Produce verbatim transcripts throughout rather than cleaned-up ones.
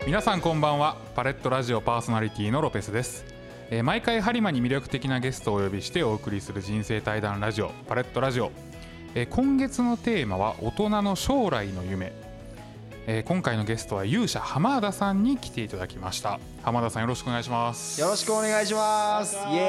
皆さんこんばんは。パレットラジオパーソナリティのロペスです。えー、毎回播磨に魅力的なゲストをお呼びしてお送りする人生対談ラジオパレットラジオ。えー、今月のテーマは大人の将来の夢。えー、今回のゲストは勇者浜田さんに来ていただきました。浜田さんよろしくお願いします。 よろしくお願いします。イエ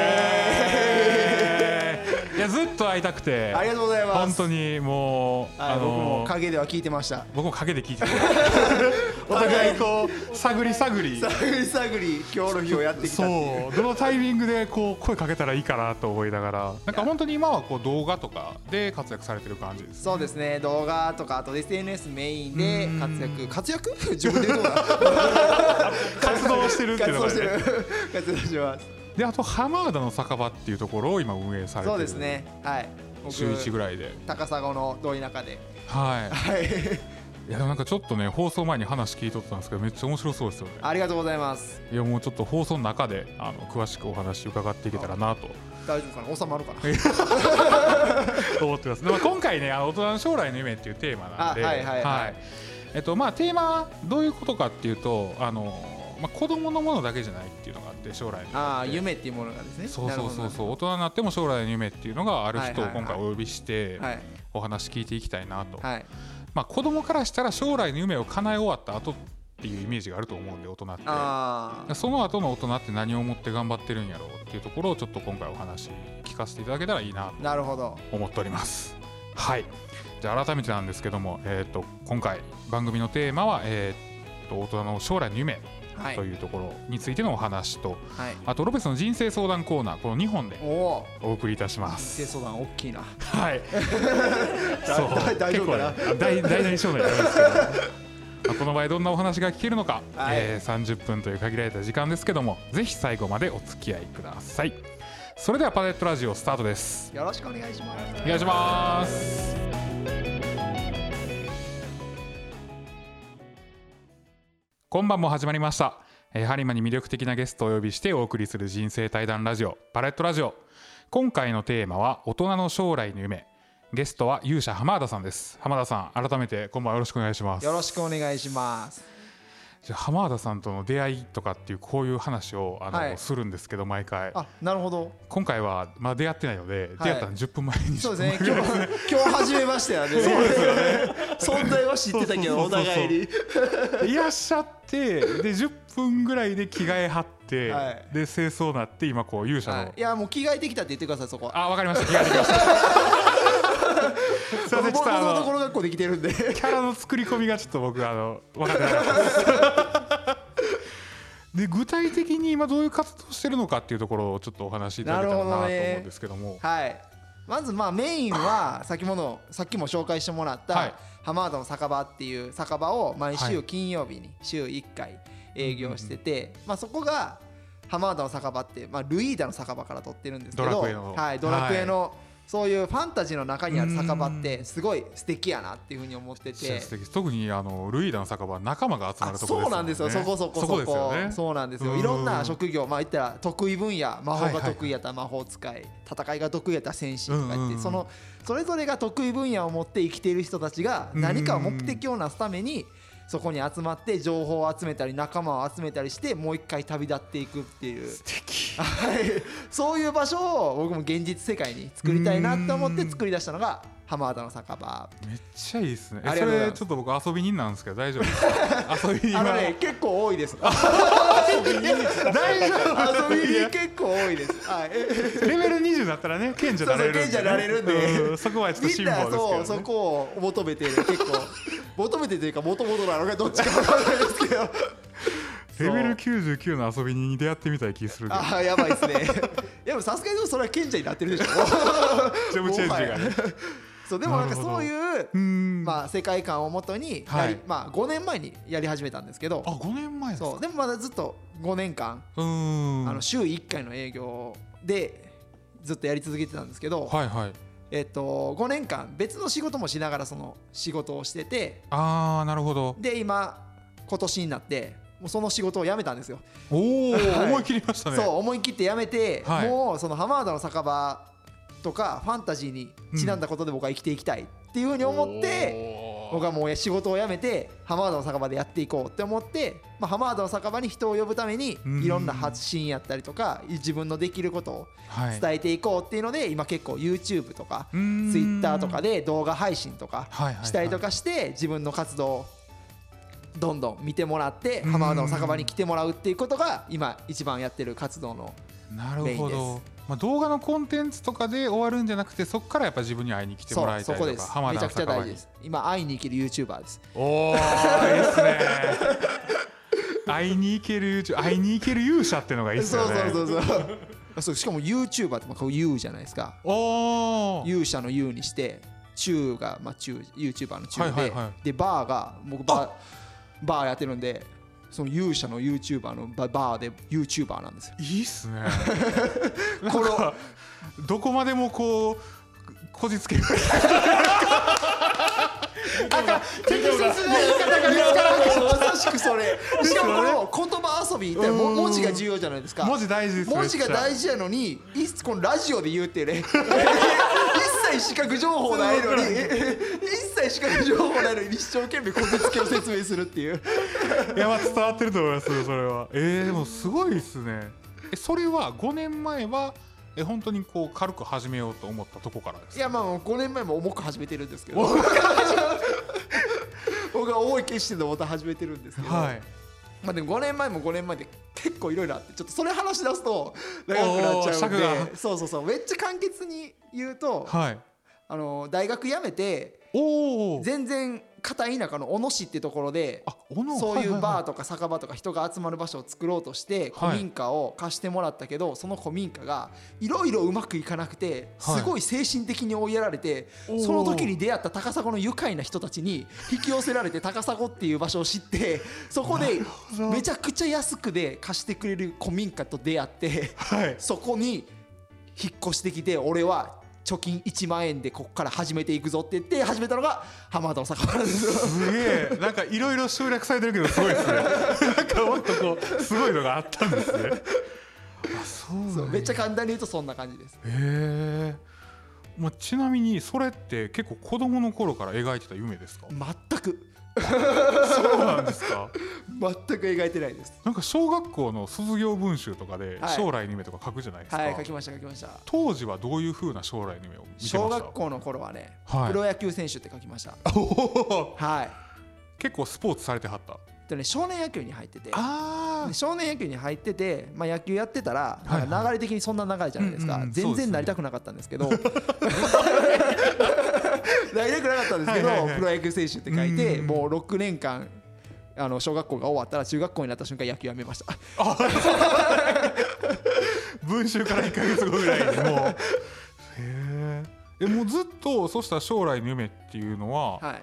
ーイ。いやずっと会いたくてありがとうございます。 本当にもう、 あのー、僕も陰では聞いてました。 僕も陰で聞いてたお互いこう探り探り探り探り今日の日をやってきたっていう。 そうどのタイミングでこう声かけたらいいかなと思いながら、なんか本当に今はこう動画とかで活躍されてる感じです、ね、 そうですね。動画とかあと エスエヌエス メインで活躍活躍自分で言うのか活動してるっていうのがね活動してます。 であと浜田の酒場っていうところを今運営されてる。 そうですね、はい。 週いちぐらいで高砂のど田舎で、 はい、 はい、 いやでもなんかちょっとね放送前に話聞いとったんですけどめっちゃ面白そうですよね。 ありがとうございます。 いやもうちょっと放送の中であの詳しくお話伺っていけたらなと。 大丈夫かな、収まるかな思ってます。で、まあ、今回ねあの大人の将来の夢っていうテーマなんで、 はいはいはい、はい、 えっとまあテーマはどういうことかっていうと、あのまあ、子供のものだけじゃないっていうのがあって、将来のあ夢っていうものがですね。 そうそうそうそう、大人になっても将来の夢っていうのがある人を今回お呼びしてお話聞いていきたいなと、はい、まあ、子供からしたら将来の夢を叶え終わった後っていうイメージがあると思うんで、大人ってあその後の大人って何を思って頑張ってるんやろうっていうところをちょっと今回お話聞かせていただけたらいいなと思っております。はい、じゃあ改めてなんですけども、えー、と今回番組のテーマは、えー、と大人の将来の夢というところについてのお話と、はい、あとロペスの人生相談コーナー、このにほんでお送りいたします。 人生相談大きいな。 はいそう大丈夫かな、 結構、ね、大大なり小なりなんですけどまあこの場合どんなお話が聞けるのか、はい、えー、さんじゅっぷんという限られた時間ですけども、ぜひ最後までお付き合いください。それではパレットラジオスタートです。 よろしくお願いします。 お願いします。今晩も始まりました。えー、播磨に魅力的なゲストをお呼びしてお送りする人生対談ラジオパレットラジオ。今回のテーマは大人の将来の夢。ゲストは勇者浜田さんです。浜田さん改めてこんばんはよろしくお願いします。 よろしくお願いします。 じゃあ浜田さんとの出会いとかっていうこういう話をあの、はい、するんですけど毎回。 あ、なるほど。 今回はまだ出会ってないので、はい、出会ったのじゅっぷんまえにそうですね。今日今日初めましてやね。そうですよね。存在は知ってたけどお互いにいらっしゃってでじゅっぷんぐらいで着替えはって、はい、で清掃なって今こう勇者の、はい、 いやもう着替えてきたって言ってください。そこあ、わかりました。着替えてきましたすいません、ちょっとあのところ学校できてるんでキャラの作り込みがちょっと僕あの分かってなかったですで具体的に今どういう活動してるのかっていうところをちょっとお話しいただけたらなと思うんですけども、 ね、はい、まずまあメインは先ほどさっきも紹介してもらった浜田の酒場っていう酒場を毎週金曜日に週いっかい営業してて、まあそこが浜田の酒場ってまあルイーダの酒場から取ってるんですけど、 ドラクエの、 はい、ドラクエのそういうファンタジーの中にある酒場ってすごい素敵やなっていうふうに思ってて、 特にあのルイーダの酒場は仲間が集まるところですよね。 そうなんですよ。そこそこそこ、 そこですよね。 そうなんですよ。いろんな職業、まあ言ったら得意分野、魔法が得意やったら魔法使い、戦いが得意やったら戦士とか言って、そのそれぞれが得意分野を持って生きている人たちが何か目的をなすためにそこに集まって情報を集めたり仲間を集めたりしてもう一回旅立っていくっていう、 素敵はい、そういう場所を僕も現実世界に作りたいなと思って作り出したのが浜田の酒場。 めっちゃいいですね。それちょっと僕遊び人なんですけど大丈夫ですか？遊び人あのね結構多いです。 遊び人大丈夫。遊び人結構多いです。はい。 レベルにじゅうになったらね賢者なれるんで、ね、 賢者なれるんで、 うん、そこはちょっと辛抱ですけど、ね、 そうそこを求めてる結構求めてというか元々なのかどっちか分からないですけど。 レベルきゅうじゅうきゅうの遊び人に出会ってみたい気するけど。 ああやばいですね。いやさすがにそれは賢者になってるでしょ。 ジョブチェンジがね。 そうでもなんかそういうまあ世界観をもとにやり、まあごねんまえにやり始めたんですけど。 あ、ごねんまえですか。 そうでもまだずっとごねんかんあの週いっかいの営業でずっとやり続けてたんですけど、 はいはい、 えっとごねんかん別の仕事もしながらその仕事をしてて、 ああなるほど。 で今今年になってもうその仕事を辞めたんですよ。 おお、はい、思い切りましたね。 そう思い切って辞めて、はい、もうその浜田の酒場とかファンタジーにちなんだことで僕は生きていきたいっていうふうに思って、 僕はもう仕事を辞めて浜田の酒場でやっていこうって思って、まあ、浜田の酒場に人を呼ぶためにいろんな発信やったりとか自分のできることを伝えていこうっていうので、今結構 YouTube とか Twitter とかで動画配信とかしたりとかして自分の活動をどんどん見てもらって浜田の酒場に来てもらうっていうことが今一番やってる活動のメインです。 まあ、動画のコンテンツとかで終わるんじゃなくてそこからやっぱ自分に会いに来てもらいたいとか。 そうそこです。めちゃくちゃ大事です。今会いに行ける YouTuber です。 おーいいですね会いに行ける会いに行ける勇者っていうのがいいですよね。 そうそうそうそうそうしかも YouTuber ってこう U じゃないですか。 お勇者の U にして中がまあ中 YouTuber の中で、 はいはいはい、 でバーが僕バーバーやってるんでその勇者の YouTuber のバーで YouTuber なんですよ。 いいっすねこのどこまでもこうこじつけるなんか適切な言い方が見つからんけどまさしくそれ。しかもこの言葉遊びって文字が重要じゃないですか。 文字大事です。 文字が大事やのにこのラジオで言うってね一切視覚情報ないのに一切視覚情報ないのに一生懸命こじつけを説明するっていういやまあ伝わってると思いますよそれは。えー、でもすごいですね。えそれはごねんまえはえ本当にこう軽く始めようと思ったとこからですか。 いやまあごねんまえも重く始めてるんですけど僕は重い決心でまた始めてるんですけど、はい、まあでもごねんまえもごねんまえで結構いろいろあってちょっとそれ話し出すと長くなっちゃうんで、そうそうそうめっちゃ簡潔に言うと、はい、あの大学辞めて全然片田舎の小野市ってところでそういうバーとか酒場とか人が集まる場所を作ろうとして古民家を貸してもらったけど、その古民家がいろいろうまくいかなくてすごい精神的に追いやられて、その時に出会った高砂の愉快な人たちに引き寄せられて高砂っていう場所を知って、そこでめちゃくちゃ安くで貸してくれる古民家と出会って、そこに引っ越してきて俺は貯金いちまんえんでここから始めていくぞって言って始めたのが浜田の酒場なんですよ。 すげえなんかいろいろ省略されてるけどすごいですねなんかもっとこうすごいのがあったんですねあそうそうめっちゃ簡単に言うとそんな感じです。 へえ、まあ、ちなみにそれって結構子供の頃から描いてた夢ですか？ 全くそうなんですか？ 全く描いてないです。 なんか小学校の卒業文集とかで将来の夢とか書くじゃないですか。 はい、はい、書きました書きました。 当時はどういう風な将来の夢を見てました？ 小学校の頃はね、はい、プロ野球選手って書きました。はい。 結構スポーツされてはった。 でね、少年野球に入ってて、 あ少年野球に入ってて、まあ、野球やってたら、なんか流れ的にそんな流れじゃないですか。全然なりたくなかったんですけどなりたくなかったんですけど、プロ野球選手って書いてもうろくねんかんあの小学校が終わったら中学校になった瞬間野球やめました文集からいっかげつごぐらいにもうへえ、もうずっとそうした将来の夢っていうのは、はい、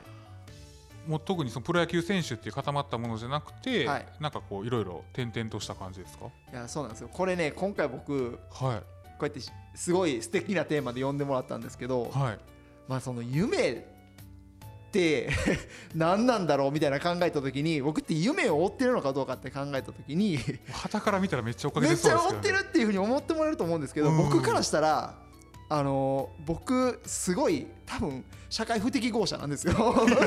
もう特にそのプロ野球選手っていう固まったものじゃなくて、はい、なんかこういろいろ転々とした感じですか？ いやそうなんですよ。これね今回僕、はい、こうやってすごい素敵なテーマで呼んでもらったんですけど、はい、まあその夢って何なんだろうみたいな考えた時に、僕って夢を追ってるのかどうかって考えた時に傍から見たらめっちゃ追っかけてそうですけどね。 めっちゃ追ってるっていう風に思ってもらえると思うんですけど、僕からしたらあのー、僕すごい多分社会不適合者なんですよ社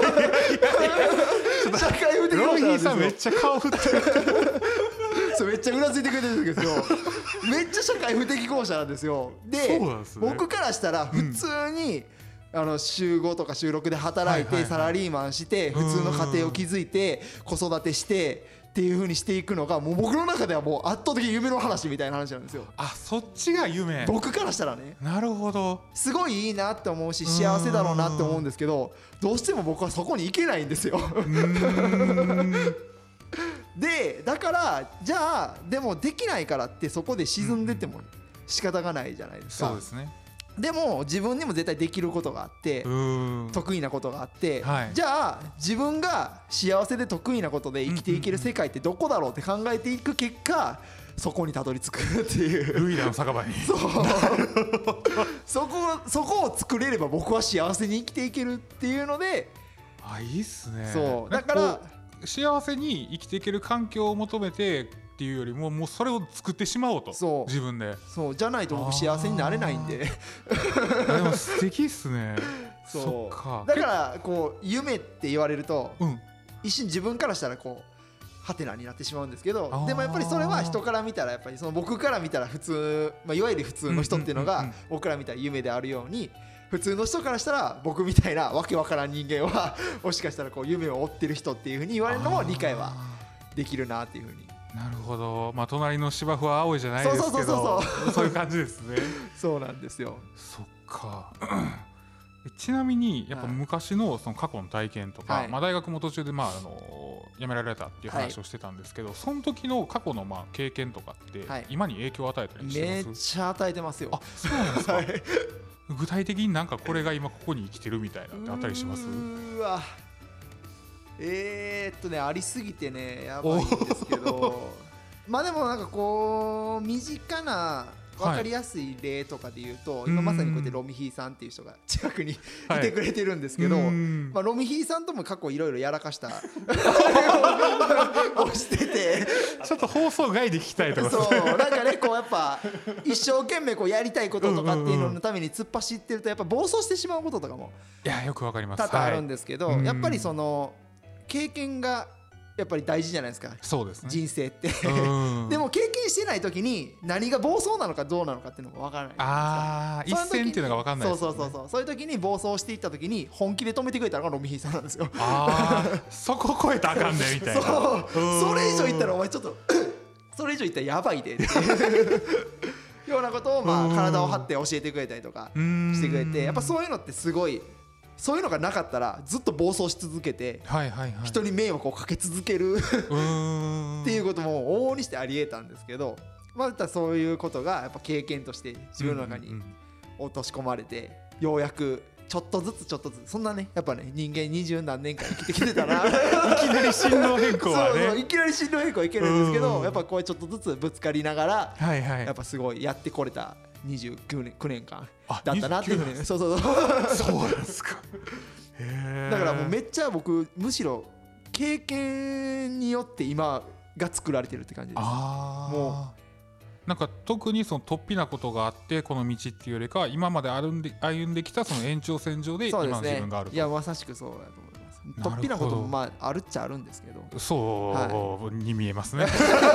会不適合者なんですよ。ロヒーさんめっちゃ顔振ってるそうめっちゃうなずいてくれてるんですけどめっちゃ社会不適合者なんですよ。で、そうなんですね、僕からしたら普通に、うんあの週ごとか週ろくで働いてサラリーマンして普通の家庭を築いて子育てしてっていう風にしていくのがもう僕の中ではもう圧倒的に夢の話みたいな話なんですよ。 あ、そっちが夢。 僕からしたらね。 なるほど。 すごいいいなって思うし幸せだろうなって思うんですけど、どうしても僕はそこに行けないんですよでだからじゃあでもできないからってそこで沈んでても仕方がないじゃないですか。 そうですね。 でも自分にも絶対できることがあって得意なことがあって、はい、じゃあ自分が幸せで得意なことで生きていける世界ってどこだろうって考えていく結果、そこにたどり着くっていうルイダの酒場にそうそこそこを作れれば僕は幸せに生きていけるっていうので、 あ、いいっすね。 そうだから幸せに生きていける環境を求めてっていうよりももうそれを作ってしまおうと。そう自分で。 そうじゃないと僕幸せになれないんででも素敵っすね。 そうかだからこう夢って言われると、うん、一瞬自分からしたらこうハテナになってしまうんですけど、でもやっぱりそれは人から見たらやっぱりその僕から見たら普通、まあ、いわゆる普通の人っていうのが僕から見たら夢であるように、普通の人からしたら僕みたいなわけわからん人間はもしかしたらこう夢を追ってる人っていう風に言われるのも理解はできるなっていう風に。 なるほど、まあ、隣の芝生は青いじゃないですけど、そういう感じですね。 そうなんですよ。 そっかちなみにやっぱ昔のその過去の体験とか、はい、まあ、大学も途中でまああの辞められたっていう話をしてたんですけど、はい、その時の過去のまあ経験とかって今に影響を与えたりしてます？ めっちゃ与えてますよ。 あ、そうなんですか。はい、具体的になんかこれが今ここに生きてるみたいなってあったりします？ うわえー、っとねありすぎてねやばいんですけどまあでもなんかこう身近な分かりやすい例とかで言うと、はい、今まさにこうやってロミヒーさんっていう人が近くにいてくれてるんですけど、はい、まあ、ロミヒーさんとも過去いろいろやらかしたをしててちょっと放送外で聞きたいとかそうなんかねこうやっぱ一生懸命こうやりたいこととかっていうののために突っ走ってるとやっぱ暴走してしまうこととかもいやよくわかります多々あるんですけど、はい、やっぱりその経験がやっぱり大事じゃないですか。 そうですね、 人生ってでも経験してない時に何が暴走なのかどうなのかっていうのも分からない。 ああ一線っていうのが分かんないですよね。 そうそうそうそうそういう時に暴走していった時に本気で止めてくれたのがロミヒーさんなんですよ。 ああそこ超えたらあかんねみたいな。 そうそれ以上言ったらお前ちょっとそれ以上言ったらやばいでってようなことをまあ体を張って教えてくれたりとかしてくれて、やっぱそういうのってすごいそういうのがなかったらずっと暴走し続けて人に迷惑をかけ続けるっていうことも往々にしてありえたんですけど、またそういうことがやっぱ経験として自分の中に落とし込まれて、ようやくちょっとずつちょっとずつそんなねやっぱね人間二十何年間生きてきてたらいきなり進路変更はねそうそういきなり進路変更はいけるんですけど、やっぱこうちょっとずつぶつかりながら、はいはい、やっぱすごいやってこれたにじゅうきゅうねんかんだったなっていうふうに。そうそうそうそうなんですか。 へだからもうめっちゃ僕むしろ経験によって今が作られてるって感じです。 あもうなんか特にその突飛なことがあってこの道っていうよりか今まで歩んで歩んできたその延長線上で今の自分があると。 いやまさしくそうだと思います。突飛なこともまああるっちゃあるんですけど、 そうに見えますね。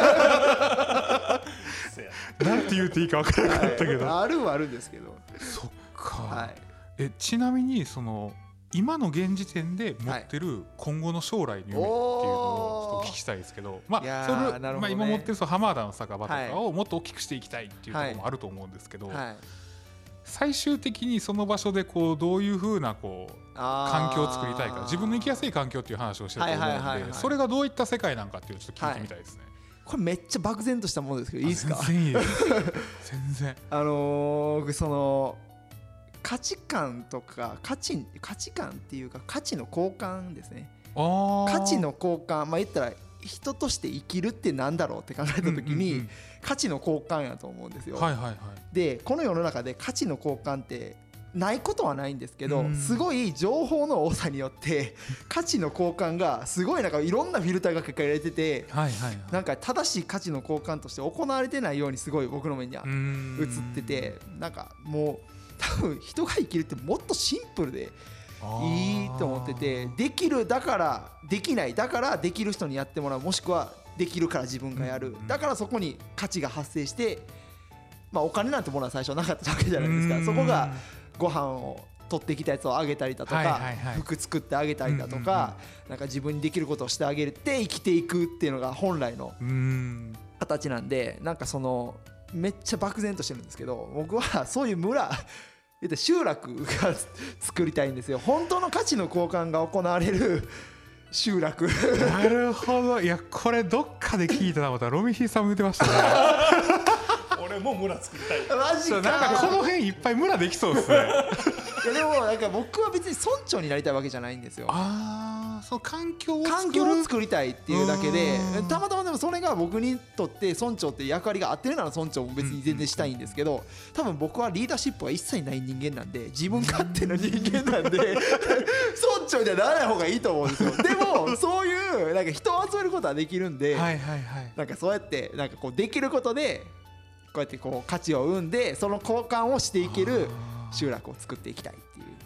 なんて言うていいか分からなかったけど、 はい、あるはあるんですけど。 そっか、 はい、 えちなみにその今の現時点で持ってる今後の将来の夢っていうのをちょっと聞きたいですけど、まあそれ、ね、まあ今持ってるその浜田の酒場とかをもっと大きくしていきたいっていうところもあると思うんですけど、はいはい、最終的にその場所でこうどういうふうなこう環境を作りたいか、自分の生きやすい環境っていう話をしてると思うので、それがどういった世界なんかっていうのをちょっと聞いてみたいですね。はいこれめっちゃ漠然としたものですけどいいですか？ 全然いいです全然あのー、その価値観とか価値価値観っていうか価値の交換ですね。価値の交換、まあ言ったら人として生きるってなんだろうって考えた時に、うんうんうん、価値の交換やと思うんですよ。 はいはいはい、 でこの世の中で価値の交換ってないことはないんですけど、うん、すごい情報の多さによって価値の交換がすごいなんかいろんなフィルターがかけられてて、はいはいはい、なんか正しい価値の交換として行われてないようにすごい僕の目には映ってて、なんかもう多分人が生きるってもっとシンプルでいいと思ってて、できるだからできないだからできる人にやってもらう、もしくはできるから自分がやる、だからそこに価値が発生して、まあお金なんてものは最初なかったわけじゃないですか。そこがご飯を取ってきたやつをあげたりだとか、はいはいはい、服作ってあげたりだとか、うんうんうん、なんか自分にできることをしてあげるって生きていくっていうのが本来の形なんで、なんかそのめっちゃ漠然としてるんですけど、僕はそういう村集落が作りたいんですよ。本当の価値の交換が行われる集落。 なるほど。いやこれどっかで聞いたな、またロミヒーさんも言ってましたね。 俺も村作りたい。 マジか。 なんかこの辺いっぱい村できそうですね。 いやでもなんか僕は別に村長になりたいわけじゃないんですよ。 ああ、そう環境を作る環境を作りたいっていうだけで、たまたまでもそれが僕にとって村長って役割が合ってるなら村長も別に全然したいんですけど、多分僕はリーダーシップが一切ない人間なんで、自分勝手な人間なんで村長にはならない方がいいと思うんですよ。でもそういうなんか人を集めることはできるんで、はいはいはい、なんかそうやってなんかこうできることでこうやってこう価値を生んで、その交換をしていける集落を作っていきたいっていう。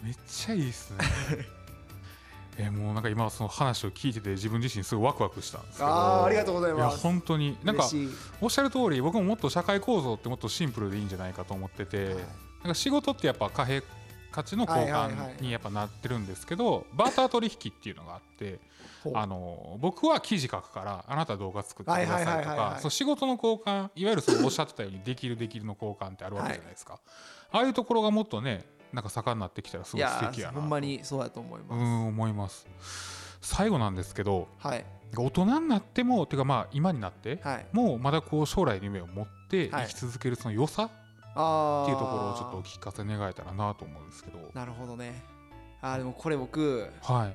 めっちゃいいですねえもうなんか今その話を聞いてて自分自身すごいワクワクしたんですけど、 あありがとうございます。 いや本当になんかおっしゃる通り僕ももっと社会構造ってもっとシンプルでいいんじゃないかと思ってて、はい、なんか仕事ってやっぱ貨幣価値の交換にやっぱなってるんですけど、バーター取引っていうのがあってあの僕は記事書くからあなた動画作ってくださいとか、そう仕事の交換いわゆるそのおっしゃってたようにできるできるの交換ってあるわけじゃないですか、はい、ああいうところがもっとねなんか盛んになってきたらすごい素敵やなと。 ほんまにそうだと思います。 うん思います。最後なんですけど、 はい、 大人になってもてかまあ今になって、はい、もうまだこう将来の夢を持って生き続けるその良さ、はい、っていうところをちょっとお聞かせ願えたらなと思うんですけど。 なるほどね。あでもこれ僕、 はい、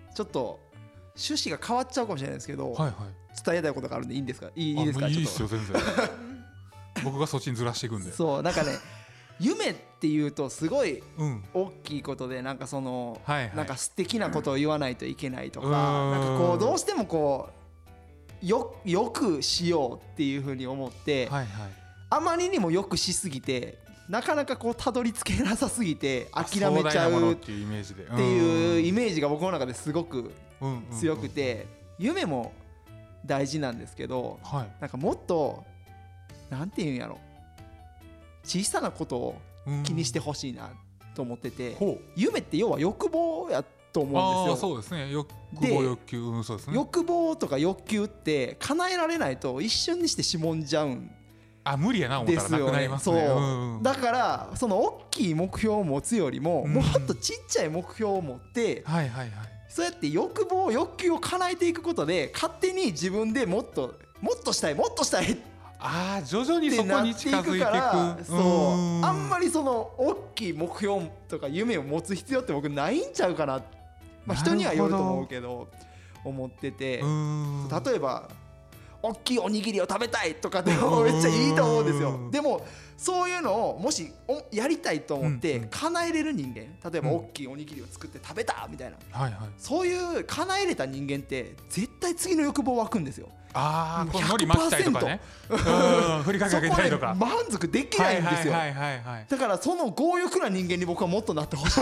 ちょっと趣旨が変わっちゃうかもしれないですけど、はいはい、伝えたいことがあるんでいいんですか？いいですか？ いいですよ全然僕がそっちにずらしていくんで。 そうなんかね夢っていうとすごい大きいことで、なんかそのなんか素敵なことを言わないといけないとか、なんかこうどうしてもこうよよくしようっていうふうに思って、あまりにもよくしすぎてなかなかこうたどり着けなさすぎて諦めちゃうっていうイメージが僕の中ですごく強くて、夢も大事なんですけど、なんかもっとなんていうんやろ、小さなことを気にしてほしいなと思ってて、夢って要は欲望やと思うんですよ。 そうですね、欲望欲求、うん、そうですね。 欲望とか欲求って叶えられないと一瞬にしてしぼんじゃうんあ無理やな思ったらなくなりますね。 そう、うんうん、だからその大きい目標を持つよりも、うん、もっとちっちゃい目標を持って、はいはいはい、そうやって欲望欲求を叶えていくことで勝手に自分でもっともっとしたいもっとしたいってあ徐々にそこに近づいていくから、 そうあんまりその大きい目標とか夢を持つ必要って僕ないんちゃうかな、まあ、人にはよると思うけど思ってて、例えば大きいおにぎりを食べたいとかでもめっちゃいいと思うんですよ。でもそういうのをもしやりたいと思って叶えれる人間、例えば大きいおにぎりを作って食べたみたいな、そういう叶えれた人間って絶対次の欲望湧くんですよ。 ああ、この海苔巻きたいとかね、ふりかけたいとか満足できないんですよ。だからその強欲な人間に僕はもっとなってほしい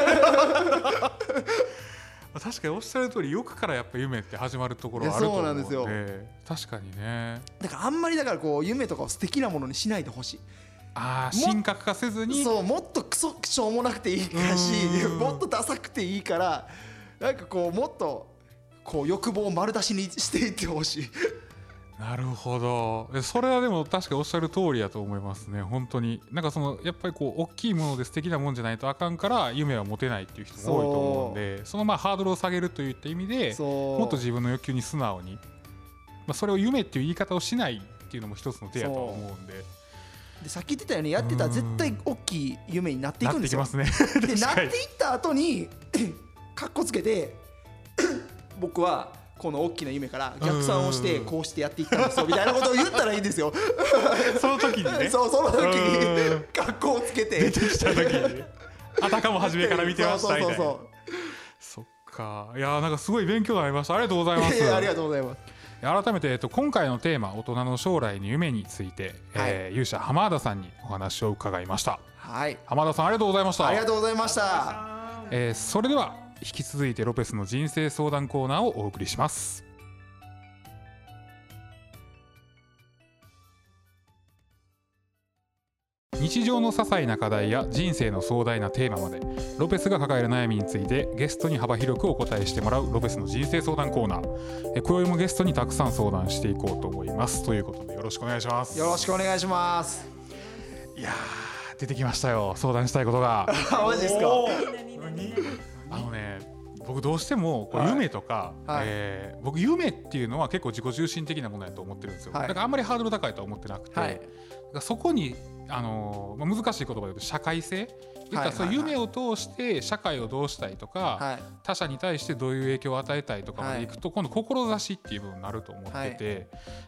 確かにおっしゃる通り欲からやっぱ夢って始まるところあると思うので、そうなんですよ。確かにね。 だからあんまりだからこう夢とかを素敵なものにしないでほしい。 ああ神格化せずに、 そうもっとクソしょうもなくていいかし、もっとダサくていいから、なんかこうもっとこう欲望を丸出しにしていってほしいなるほど。それはでも確かにおっしゃる通りだと思いますね。本当になんかそのやっぱりこう大きいもので素敵なもんじゃないとあかんから夢は持てないっていう人も多いと思うんで、そのまあハードルを下げるといった意味でもっと自分の欲求に素直に、まあ、それを夢っていう言い方をしないっていうのも一つの手やと思うんで、 でさっき言ってたようにやってたら絶対大きい夢になっていくんですよ。 なってきますねでなっていった後にカッコつけて僕はこの大きな夢から逆算をしてこうしてやっていったんですよみたいなことを言ったらいいんですよその時にねそうその時に格好をつけて出てきた時にあたかも初めから見てましたみたいな。そうそうそうそう。そっか。いやなんかすごい勉強になりました。ありがとうございます。 いやありがとうございます。 改めて、えっと、今回のテーマ大人の将来の夢について、はいえー、勇者浜田さんにお話を伺いました。 はい、 浜田さんありがとうございました。 ありがとうございました、 えー、それでは引き続いてロペスの人生相談コーナーをお送りします。日常の些細な課題や人生の壮大なテーマまでロペスが抱える悩みについてゲストに幅広くお答えしてもらうロペスの人生相談コーナー。今宵もゲストにたくさん相談していこうと思いますということでよろしくお願いします。 よろしくお願いします。 いやー出てきましたよ相談したいことがマジですか。 あのね僕どうしてもこう夢とか、はいえー、僕夢っていうのは結構自己中心的なものだと思ってるんですよ、はい、だからあんまりハードル高いとは思ってなくて、はい、だからそこにあのーまあ、難しい言葉で言うと社会性、言ったらそういう夢を通して社会をどうしたいとか、はい、他者に対してどういう影響を与えたいとかまでいくと、はい、今度志っていう部分になると思ってて、はい、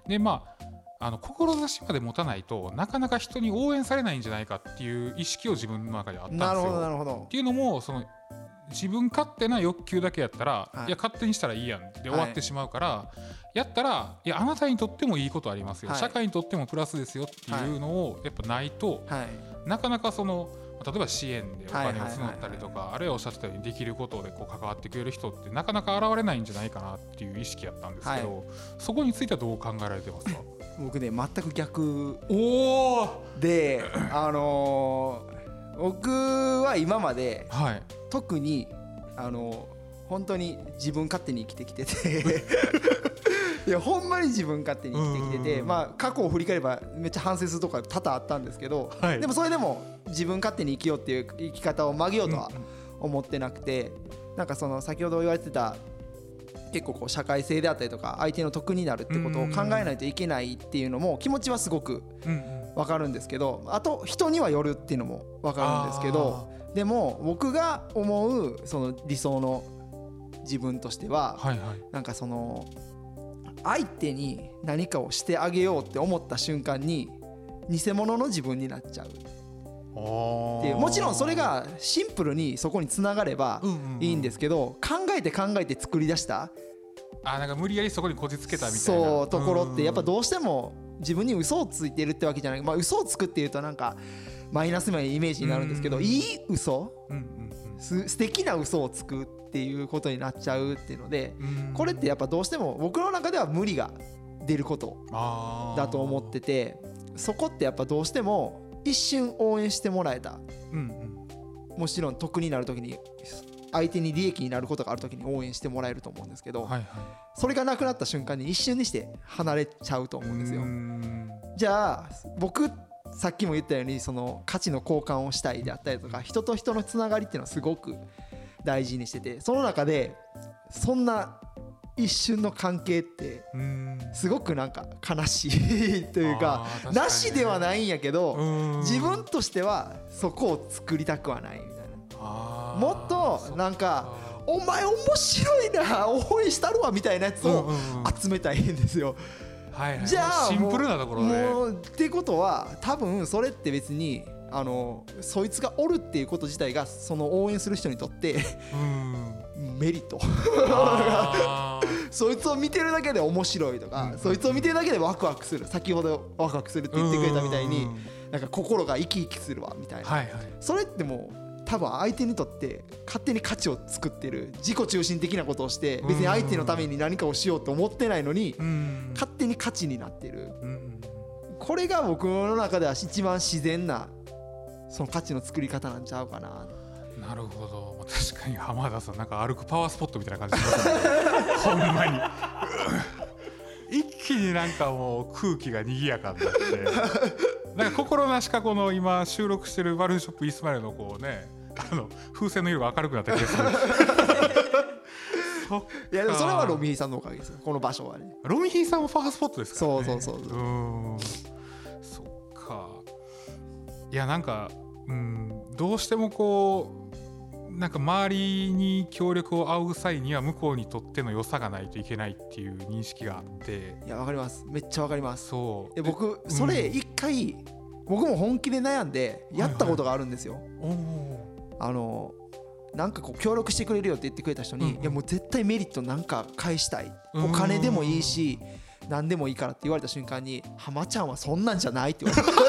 でまああの志まで持たないとなかなか人に応援されないんじゃないかっていう意識を自分の中であったんですよ。 なるほどなるほど。 っていうのもその自分勝手な欲求だけやったら、はい、いや勝手にしたらいいやんで終わってしまうから、はい、やったらいやあなたにとってもいいことありますよ、はい、社会にとってもプラスですよっていうのをやっぱないと、はい、なかなかその例えば支援でお金を募ったりとか、あるいはおっしゃってたようにできることでこう関わってくれる人ってなかなか現れないんじゃないかなっていう意識やったんですけど、はい、そこについてはどう考えられてますか？ 僕ね全く逆で、あのー、僕は今まで、はい、特にあのー、本当に自分勝手に生きてきてていやほんまに自分勝手に生きてきてて、まあ、過去を振り返ればめっちゃ反省するところ多々あったんですけど、はい、でもそれでも自分勝手に生きようっていう生き方を曲げようとは思ってなくて、なんかその先ほど言われてた結構こう社会性であったりとか相手の得になるってことを考えないといけないっていうのも気持ちはすごく分かるんですけど、あと人にはよるっていうのも分かるんですけど、でも僕が思うその理想の自分としては、なんかその相手に何かをしてあげようって思った瞬間に偽物の自分になっちゃうっていう、もちろんそれがシンプルにそこにつながればいいんですけど、考えて考えて作り出したあなんか無理やりそこにこじつけたみたいなそうところってやっぱどうしても自分に嘘をついてるってわけじゃない、まあ嘘をつくっていうとなんかマイナスなイメージになるんですけど、いい嘘、す素敵な嘘をつくっていうことになっちゃうっていうので、これってやっぱどうしても僕の中では無理が出ることだと思ってて、そこってやっぱどうしても一瞬応援してもらえた、もちろん得になるときに相手に利益になることがあるときに応援してもらえると思うんですけど、はいはい、それがなくなった瞬間に一瞬にして離れちゃうと思うんですよ。じゃあ僕さっきも言ったようにその価値の交換をしたいであったりとか、人と人のつながりっていうのはすごく大事にしてて、その中でそんな一瞬の関係ってすごくなんか悲しいというか、なしではないんやけど自分としてはそこを作りたくはないみたいな。もっとなんかお前面白いな応援したるわみたいなやつを集めたいんですよ。 はいはい、じゃあシンプルなところでもうってことは多分それって別にあのそいつがおるっていうこと自体がその応援する人にとってメリットそいつを見てるだけで面白いとか、そいつを見てるだけでワクワクする、先ほどワクワクするって言ってくれたみたいになんか心が生き生きするわみたいな、はいはい、それってもう多分相手にとって勝手に価値を作ってる自己中心的なことをして別に相手のために何かをしようと思ってないのに勝手に価値になってる、これが僕の中では一番自然なその価値の作り方なんちゃうかな。 なるほど、確かに浜田さんなんか歩くパワースポットみたいな感じしますねほんまに一気になんかもう空気が賑やかになってなんか心なしかこの今収録してるバルーンショップイスマイルのこうねあの風船の色が明るくなった気がするいやでもそれはロミヒさんのおかげですよ、この場所はね。 ロミヒさんもパワースポットですからね。 そうそうそうそう、うーんそっか。いやなんかうんどうしてもこうなんか周りに協力を仰ぐ際には向こうにとっての良さがないといけないっていう認識があって、 いやわかります、めっちゃわかります。 そうで僕それ一回、うん、僕も本気で悩んでやったことがあるんですよ、はいはい、あのなんかこう協力してくれるよって言ってくれた人に、うんうん、いやもう絶対メリットなんか返したい、お金でもいいし何でもいいからって言われた瞬間に浜ちゃんはそんなんじゃないって言われた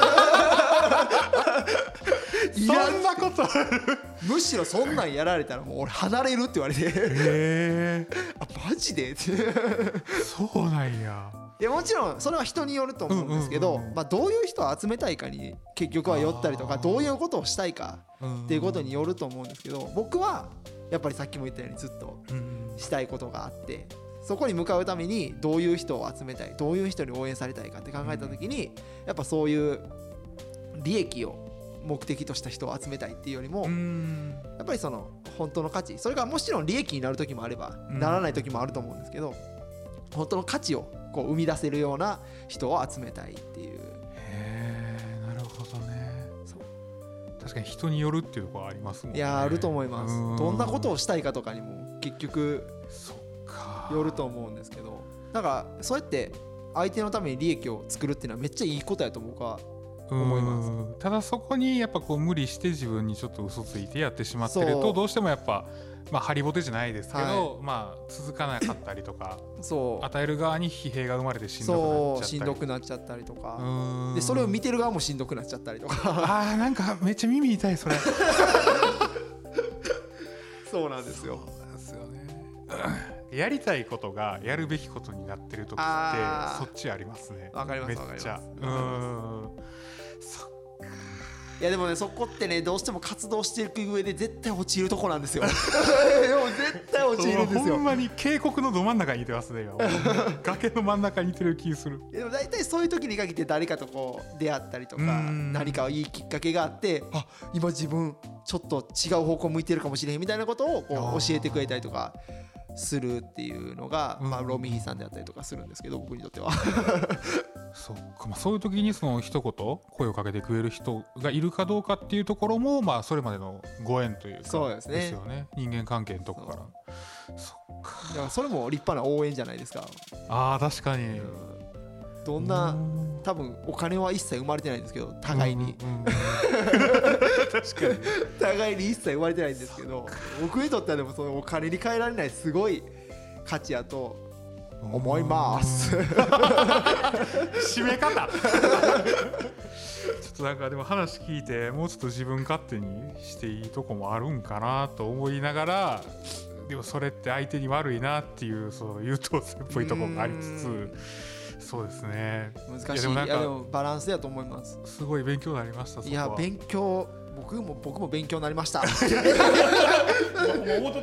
そんなことあるむしろそんなんやられたらもう俺離れるって言われてへあマジでそうなんや。 いやもちろんそれは人によると思うんですけど、まあ、どういう人を集めたいかに結局は寄ったりとかどういうことをしたいかっていうことによると思うんですけど、僕はやっぱりさっきも言ったようにずっとしたいことがあって、そこに向かうためにどういう人を集めたい、どういう人に応援されたいかって考えた時にやっぱそういう利益を目的とした人を集めたいっていうよりもやっぱりその本当の価値、それがもちろん利益になる時もあればならない時もあると思うんですけど、本当の価値をこう生み出せるような人を集めたいっていう。 へー、なるほどね。そう確かに人によるっていうところはありますもんね。 いやあると思います。どんなことをしたいかとかにも結局よると思うんですけど、だからそうやって相手のために利益を作るっていうのはめっちゃいいことやと僕は思います。 ただそこにやっぱこう無理して自分にちょっと嘘ついてやってしまってるとどうしてもやっぱまあハリボテじゃないですけど、はい、まあ続かなかったりとかそう与える側に疲弊が生まれてしんどくなっちゃったりそうしんどくなっちゃったりとかでそれを見てる側もしんどくなっちゃったりとかあーなんかめっちゃ耳痛いそれそうなんですよそうなんですよねやりたいことがやるべきことになってる時ってそっちありますね。 わかりますめっちゃうーんそいやでもねそこってねどうしても活動していく上で絶対落ちるとこなんですよでも絶対落ちるんですよほんまに渓谷のど真ん中にいてますね崖の真ん中にいてる気する。 でも大体そういう時に限って誰かとこう出会ったりとか何かいいきっかけがあってあ今自分ちょっと違う方向向いてるかもしれへんみたいなことをこう教えてくれたりとかするっていうのが、まあ、ロミヒさんであったりとかするんですけど僕にとってはそうか、まあ、そういう時にその一言声をかけてくれる人がいるかどうかっていうところも、まあ、それまでのご縁というかそうですね、 ですよね人間関係のとこからそっかだからそれも立派な応援じゃないですか。 あー確かに、うん、 どんな多分お金は一切生まれてないんですけど互いに、うんうん、確かに互いに一切生まれてないんですけど僕にとってはでもそのお金に換えられないすごい価値やと思います締め方ちょっとなんかでも話聞いてもうちょっと自分勝手にしていいとこもあるんかなと思いながらでもそれって相手に悪いなっていうその優等生っぽいところがありつつそうですね難しい。いやでもなんかいやでもバランスだと思います。 すごい勉強になりました。そこはいや勉強僕も僕も勉強になりましたもう思っと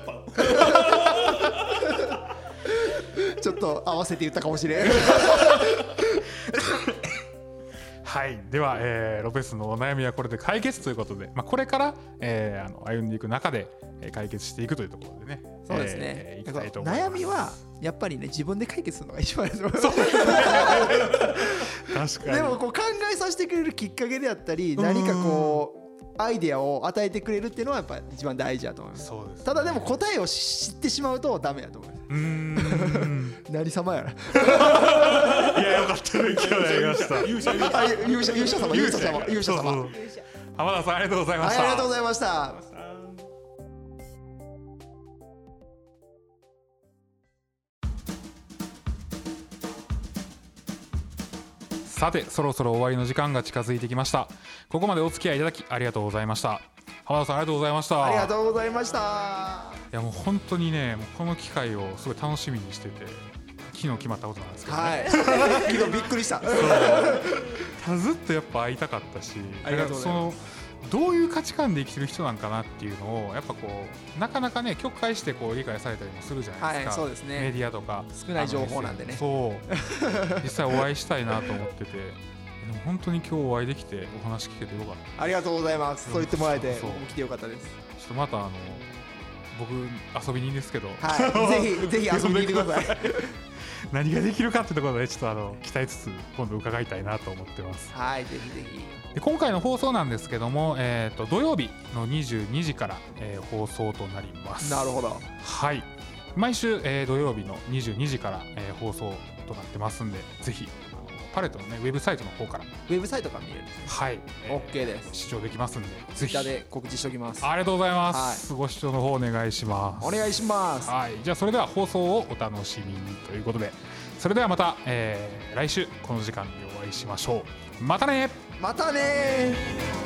ったちょっと合わせて言ったかもしれんはい、では、えー、ロペスのお悩みはこれで解決ということで、まあ、これから、えー、あの歩んでいく中で、えー、解決していくというところでねそうですね、えー、いきたいと思います。悩みはやっぱりね自分で解決するのが一番です。そうですね確かにでもこう考えさせてくれるきっかけであったり何かこうアイデアを与えてくれるっていうのはやっぱ一番大事だと思います。 そうですね、 ただでも答えを知ってしまうとダメだと思います。うーん何様やらいやよかった勉強になりました勇者勇者勇者様勇者様勇者様浜田さんありがとうございました。 はい、ありがとうございました。 さてそろそろ終わりの時間が近づいてきました。ここまでお付き合いいただきありがとうございました。浜田さんありがとうございました。 ありがとうございました。 いやもう本当にねもうこの機会をすごい楽しみにしてて昨日決まったことなんですけどね、 はい、昨日びっくりしたずっとやっぱ会いたかったしありがとうございます。どういう価値観で生きてる人なんかなっていうのをやっぱこうなかなかね曲解してこう理解されたりもするじゃないですか、 はい、そうですね、 メディアとか少ない情報なんでね。 そう実際お会いしたいなと思っててでも本当に今日お会いできてお話聞けてよかった。 ありがとうございます。そう言ってもらえて来てよかったです。 ちょっとまたあの僕遊び人ですけど、 はい、ぜひぜひ遊びに来てください何ができるかってところでちょっとあの期待つつ今度伺いたいなと思ってます。 はい、ぜひぜひ。 で今回の放送なんですけども、えー、と土曜日のにじゅうにじから、えー、放送となります。 なるほど。 はい、毎週、えー、土曜日のにじゅうにじから、えー、放送となってますんでぜひパレットのねウェブサイトの方からウェブサイトから見れるんですね。 はい、 えー、OK です。 視聴できますんでぜひツイッターで告知しておきます。 ありがとうございます、はい、ご視聴の方お願いします。 お願いします。 はい、じゃあそれでは放送をお楽しみにということでそれではまた、えー、来週この時間にお会いしましょう。またねまたね